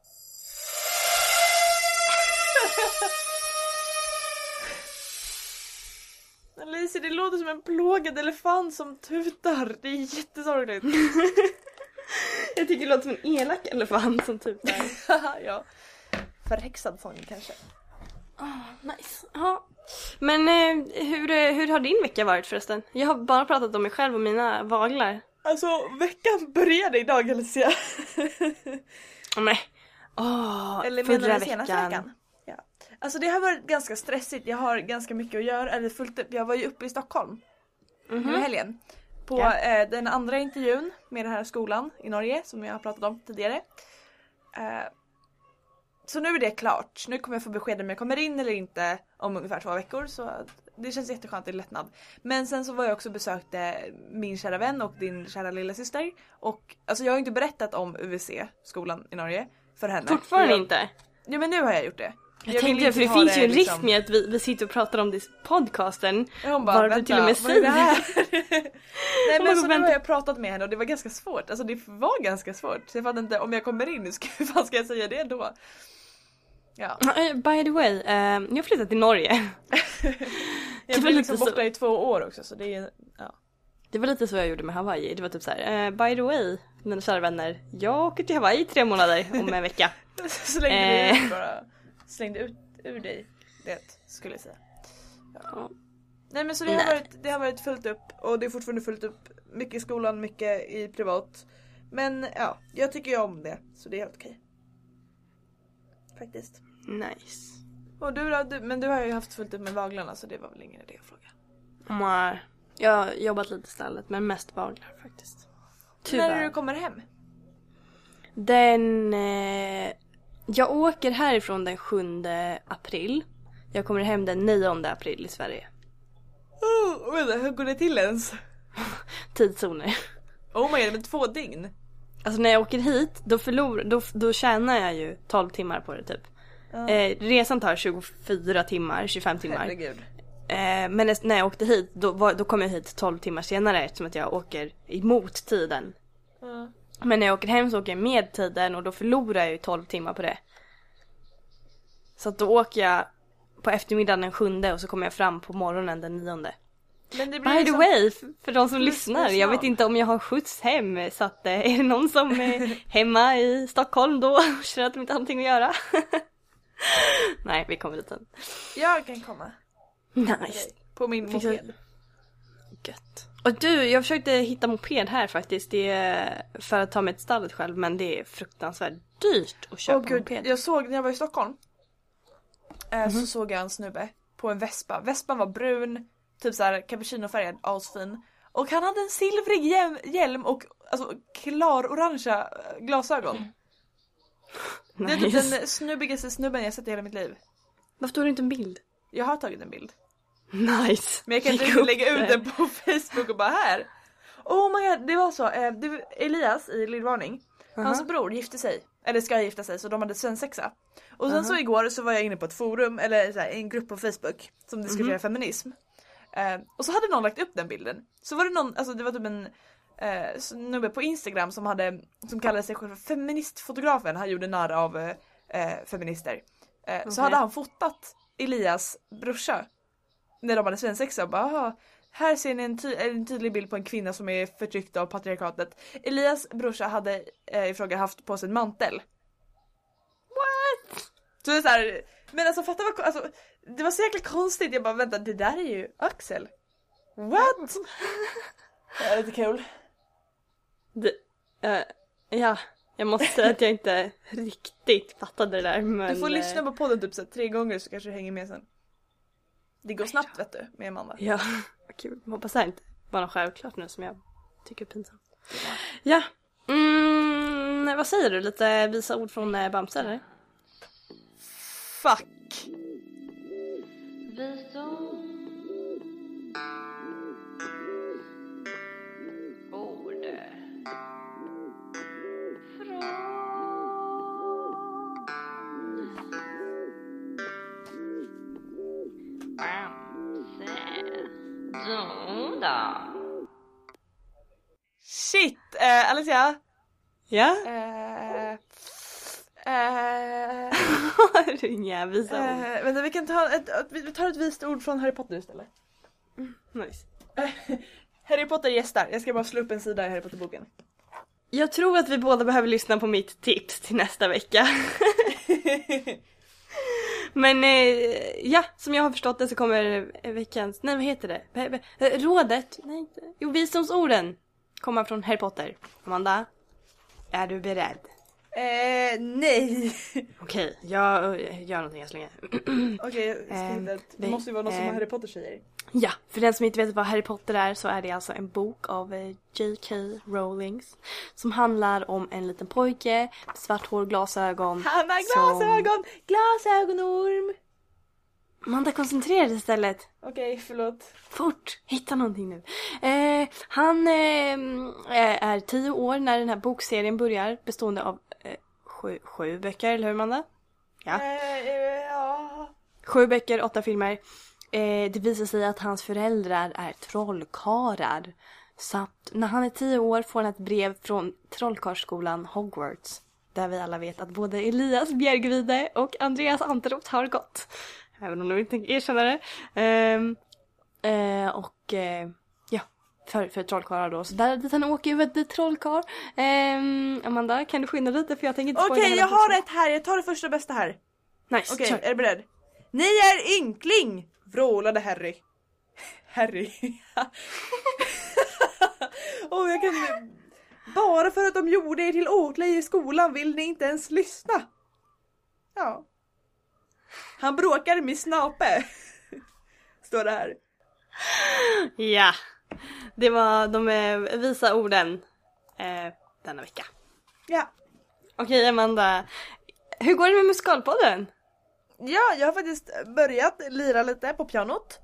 Alicia, det låter som en plågad elefant som tutar. Det är jättesorgligt. Jag tycker det låter som en elak elefant som tutar. Ja. Förhäxad sång kanske. Nice. Ja. Men hur har din vecka varit förresten? Jag har bara pratat om mig själv och mina vaglar. Alltså, veckan började idag, Alicia. Nej. Eller menar du senaste veckan? Ja. Alltså det har varit ganska stressigt. Jag har ganska mycket att göra. Eller fullt upp. Jag var ju uppe i Stockholm i helgen. På den andra intervjun med den här skolan i Norge som jag har pratat om tidigare. Så nu är det klart. Nu kommer jag få besked om jag kommer in eller inte om ungefär 2 veckor. Så det känns jätteskönt, det är lättnad. Men sen så var jag också besökte min kära vän och din kära lilla syster. Och alltså jag har inte berättat om UVC, skolan i Norge, för henne. Fortfarande inte? Ja, men nu har jag gjort det. Jag tänkte, för det finns ju en risk med att vi sitter och pratar om det i podcasten. Hon bara, vänta, du till och med vad är det här? Nej, men så nu vänta. har jag pratat med henne och det var ganska svårt. Alltså det var ganska svårt. Så jag fattar inte, om jag kommer in, hur fan ska jag säga det då? Ja. By the way, jag har flyttat till Norge. Jag blev liksom borta i 2 år också, så det är, ja. Det var lite så jag gjorde med Hawaii. Det var typ så här, by the way, mina kära vänner, jag åker till Hawaii 3 månader om en vecka. Slängde ut ur dig det, skulle jag säga. Ja. Nej, men så det har varit fullt upp och det är fortfarande fullt upp. Mycket i skolan, mycket i privat. Men ja, jag tycker ju om det, så det är helt okej. Faktiskt. Nice. Och du då? Men du har ju haft fullt upp med vaglarna, så det var väl ingen idé att fråga. Nej, jag har jobbat lite istället, men mest vaglar faktiskt. Tyvärr. När du kommer hem? Jag åker härifrån den 7 april. Jag kommer hem den 9 april i Sverige. Hur går det till ens? Tidszoner. Oh my god, men 2 dygn. Alltså när jag åker hit, då tjänar jag ju 12 timmar på det typ. Resan tar 24 timmar, 25 timmar. Herregud. Men när jag åkte hit, då kom jag hit 12 timmar senare eftersom att jag åker emot tiden. Men när jag åker hem så åker jag med tiden och då förlorar jag ju 12 timmar på det. Så att då åker jag på eftermiddagen den 7 och så kommer jag fram på morgonen den 9. Men det blir By the liksom... way, för de som lyssnar, jag vet inte om jag har skjuts hem, så att är det någon som är hemma i Stockholm då och känner att de inte har någonting att göra. Nej, vi kommer dit sen. Jag kan komma. Nice. På min moped. Gött. Och du, jag försökte hitta moped här faktiskt. Det är för att ta mig till stallet själv, men det är fruktansvärt dyrt att köpa moped. Jag såg när jag var i Stockholm. Så såg jag en snubbe på en Vespa. Vespan var brun, typ så här cappuccino-färgad, asfin. Och han hade en silvrig hjälm och alltså klar orangea glasögon. Nice. Det är typ den snubbigaste snubben jag sett i hela mitt liv. Varför tog du inte en bild? Jag har tagit en bild. Nice. Men jag kan inte lägga ut den på Facebook och bara här. Oh my god, det var så. Elias i Lillvarning, hans bror gifte sig. Eller ska gifta sig, så de hade svensexa. Och sen så igår så var jag inne på ett forum, eller så här, en grupp på Facebook som diskuterar feminism. Och så hade någon lagt upp den bilden. Så var det någon, alltså det var typ en snubbe på Instagram som kallade sig själv för feministfotografen. Han gjorde narr av feminister. Så hade han fotat Elias brorsa när de hade svensexa och bara, Här ser ni en tydlig bild på en kvinna som är förtryckt av patriarkatet. Elias brorsa hade i fråga haft på sig en mantel. What? Så det är så här, men alltså fatta vad, alltså, det var så jäkla konstigt. Jag bara, vänta, det där är ju Axel. What? Det är lite kul. Ja, jag måste säga att jag inte riktigt fattade det där. Men, Du får lyssna på podden typ så 3 gånger så kanske du hänger med sen. Det går snabbt vet du, med Amanda. Ja, vad kul. Jag hoppas det inte bara något självklart nu som jag tycker är pinsamt. Ja. Vad säger du? Lite visa ord från Bamse eller? Fuck. Shit, Alicia. Ja? Har du inga visa ord? Vänta, vi kan ta vi tar ett vist ord från Harry Potter istället. Nice. Harry Potter gästar. Jag ska bara slå upp en sida i Harry Potter-boken. Jag tror att vi båda behöver lyssna på mitt tips till nästa vecka. Men ja, som jag har förstått det så kommer veckans... Nej, vad heter det? Rådet? Nej, inte. Jo, visdomsorden kommer från Harry Potter. Amanda, är du beredd? Nej. Okej, jag gör någonting jag slänger. Okej, det måste ju vara något som Harry Potter säger. Ja, för den som inte vet vad Harry Potter är så är det alltså en bok av J.K. Rowlings som handlar om en liten pojke med svart hår, glasögon. Han har glasögon! Glasögonorm! Amanda, koncentrera dig istället. Okej, förlåt. Fort, hitta någonting nu. Han är 10 år när den här bokserien börjar, bestående av 7 böcker, eller hur Amanda? Ja. Ja. 7 böcker, 8 filmer. Det visar sig att hans föräldrar är trollkarlar. Så att när han är 10 år får han ett brev från trollkarlskolan Hogwarts. Där vi alla vet att både Elias Bjärgvide och Andreas Anteroth har gått. Även om de inte erkänner det. Ja, för trollkarlar då. Så där dit han åker ju ett trollkarl. Amanda, kan du skynda lite för jag tänker inte spoila. Okej, jag har ett här. Jag tar det första bästa här. Nice, Okej, kör. är du beredd? Ni är ynkling! Vrålade Harry. Harry. Jag kan... Bara för att de gjorde er till åtlej i skolan vill ni inte ens lyssna. Ja. Han bråkar med snape. Står det här. Ja, det var de visa orden denna vecka. Ja. Okej, Amanda, hur går det med musikalpodden? Ja, jag har faktiskt börjat lira lite på pianot.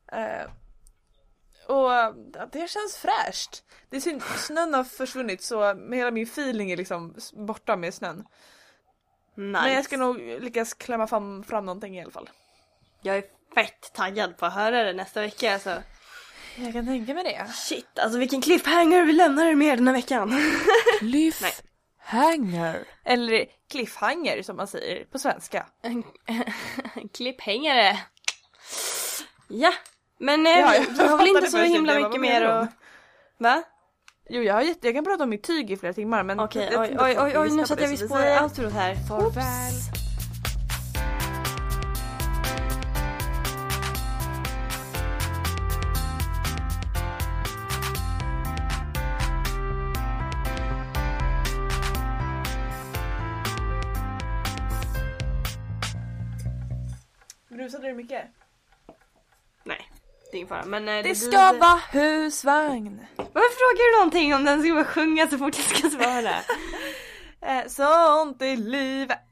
Och det känns fräscht. Det är synd, snön har försvunnit så hela min feeling är liksom borta med snön. Nice. Men jag ska nog lyckas klämma fram någonting i alla fall. Jag är fett taggad på att höra det nästa vecka alltså. Jag kan tänka mig det. Shit, alltså vilken cliffhanger vi lämnar er med den här veckan. Cliffhanger. Eller cliffhanger som man säger på svenska. En klipphängare. Ja, men vi har väl inte så himla mycket mer att... Va? Jo, jag kan prata om mitt tyg i flera timmar, men... Okej, oj, nu satt jag vid spåret outro här. Farväl. Brusade du mycket? Nej, det är ingen fara. Men det ska vara husvagn. Varför frågar du någonting om den ska bara sjunga så fort jag ska svara? Sånt i livet.